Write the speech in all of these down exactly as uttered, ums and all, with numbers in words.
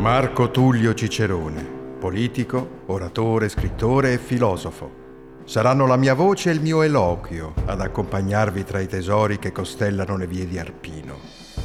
Marco Tullio Cicerone, politico, oratore, scrittore e filosofo. Saranno la mia voce e il mio eloquio ad accompagnarvi tra i tesori che costellano le vie di Arpino.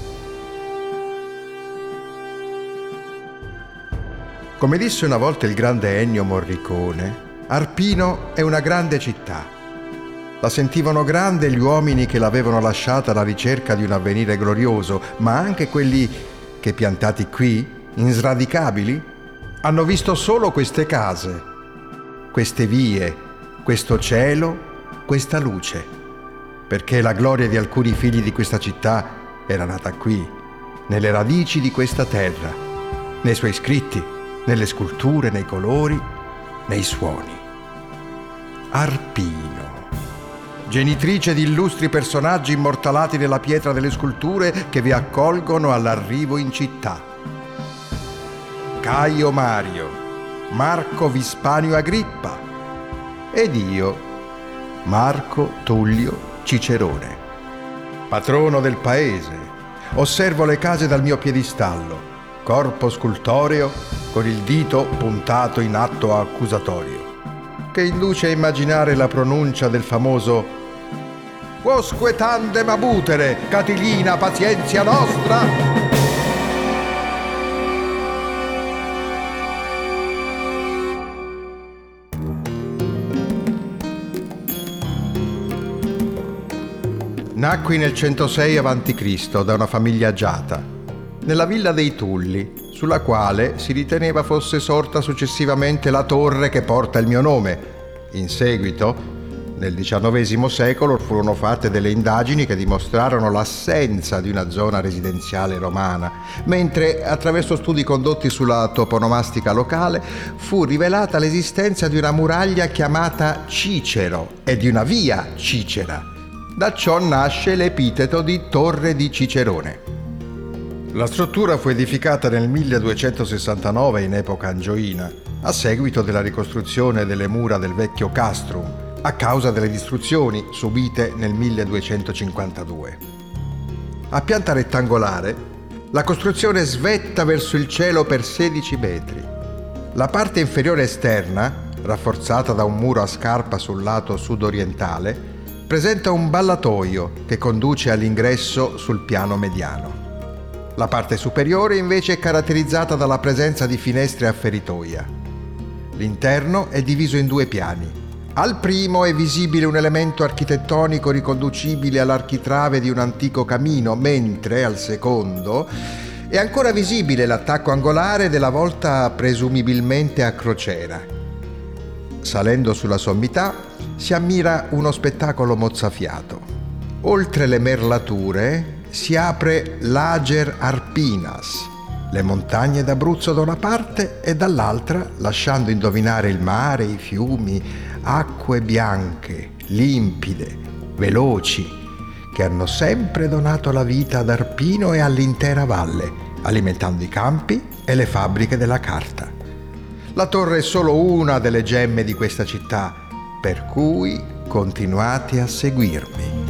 Come disse una volta il grande Ennio Morricone, Arpino è una grande città. La sentivano grande gli uomini che l'avevano lasciata alla ricerca di un avvenire glorioso, ma anche quelli che, piantati qui, insradicabili, hanno visto solo queste case, queste vie, questo cielo, questa luce, perché la gloria di alcuni figli di questa città era nata qui, nelle radici di questa terra, nei suoi scritti, nelle sculture, nei colori, nei suoni. Arpino, genitrice di illustri personaggi immortalati nella pietra delle sculture che vi accolgono all'arrivo in città. Caio Mario, Marco Vispanio Agrippa ed io, Marco Tullio Cicerone. Patrono del paese, osservo le case dal mio piedistallo, corpo scultoreo con il dito puntato in atto accusatorio, che induce a immaginare la pronuncia del famoso «Quosque tandem abutere, Catilina, pazienzia nostra!» Nacqui nel centosei avanti Cristo da una famiglia agiata, nella villa dei Tulli, sulla quale si riteneva fosse sorta successivamente la torre che porta il mio nome. In seguito, nel diciannovesimo secolo, furono fatte delle indagini che dimostrarono l'assenza di una zona residenziale romana, mentre attraverso studi condotti sulla toponomastica locale fu rivelata l'esistenza di una muraglia chiamata Cicero e di una via Cicera. Da ciò nasce l'epiteto di Torre di Cicerone. La struttura fu edificata nel milleduecentosessantanove in epoca angioina, a seguito della ricostruzione delle mura del vecchio castrum, a causa delle distruzioni subite nel milleduecentocinquantadue. A pianta rettangolare, la costruzione svetta verso il cielo per sedici metri. La parte inferiore esterna, rafforzata da un muro a scarpa sul lato sudorientale, presenta un ballatoio che conduce all'ingresso sul piano mediano. La parte superiore invece è caratterizzata dalla presenza di finestre a feritoia. L'interno è diviso in due piani. Al primo è visibile un elemento architettonico riconducibile all'architrave di un antico camino, mentre al secondo è ancora visibile l'attacco angolare della volta presumibilmente a crociera. Salendo sulla sommità si ammira uno spettacolo mozzafiato. Oltre le merlature si apre l'Ager Arpinas, le montagne d'Abruzzo da una parte e dall'altra lasciando indovinare il mare, i fiumi, acque bianche, limpide, veloci, che hanno sempre donato la vita ad Arpino e all'intera valle, alimentando i campi e le fabbriche della carta. La torre è solo una delle gemme di questa città, per cui continuate a seguirmi.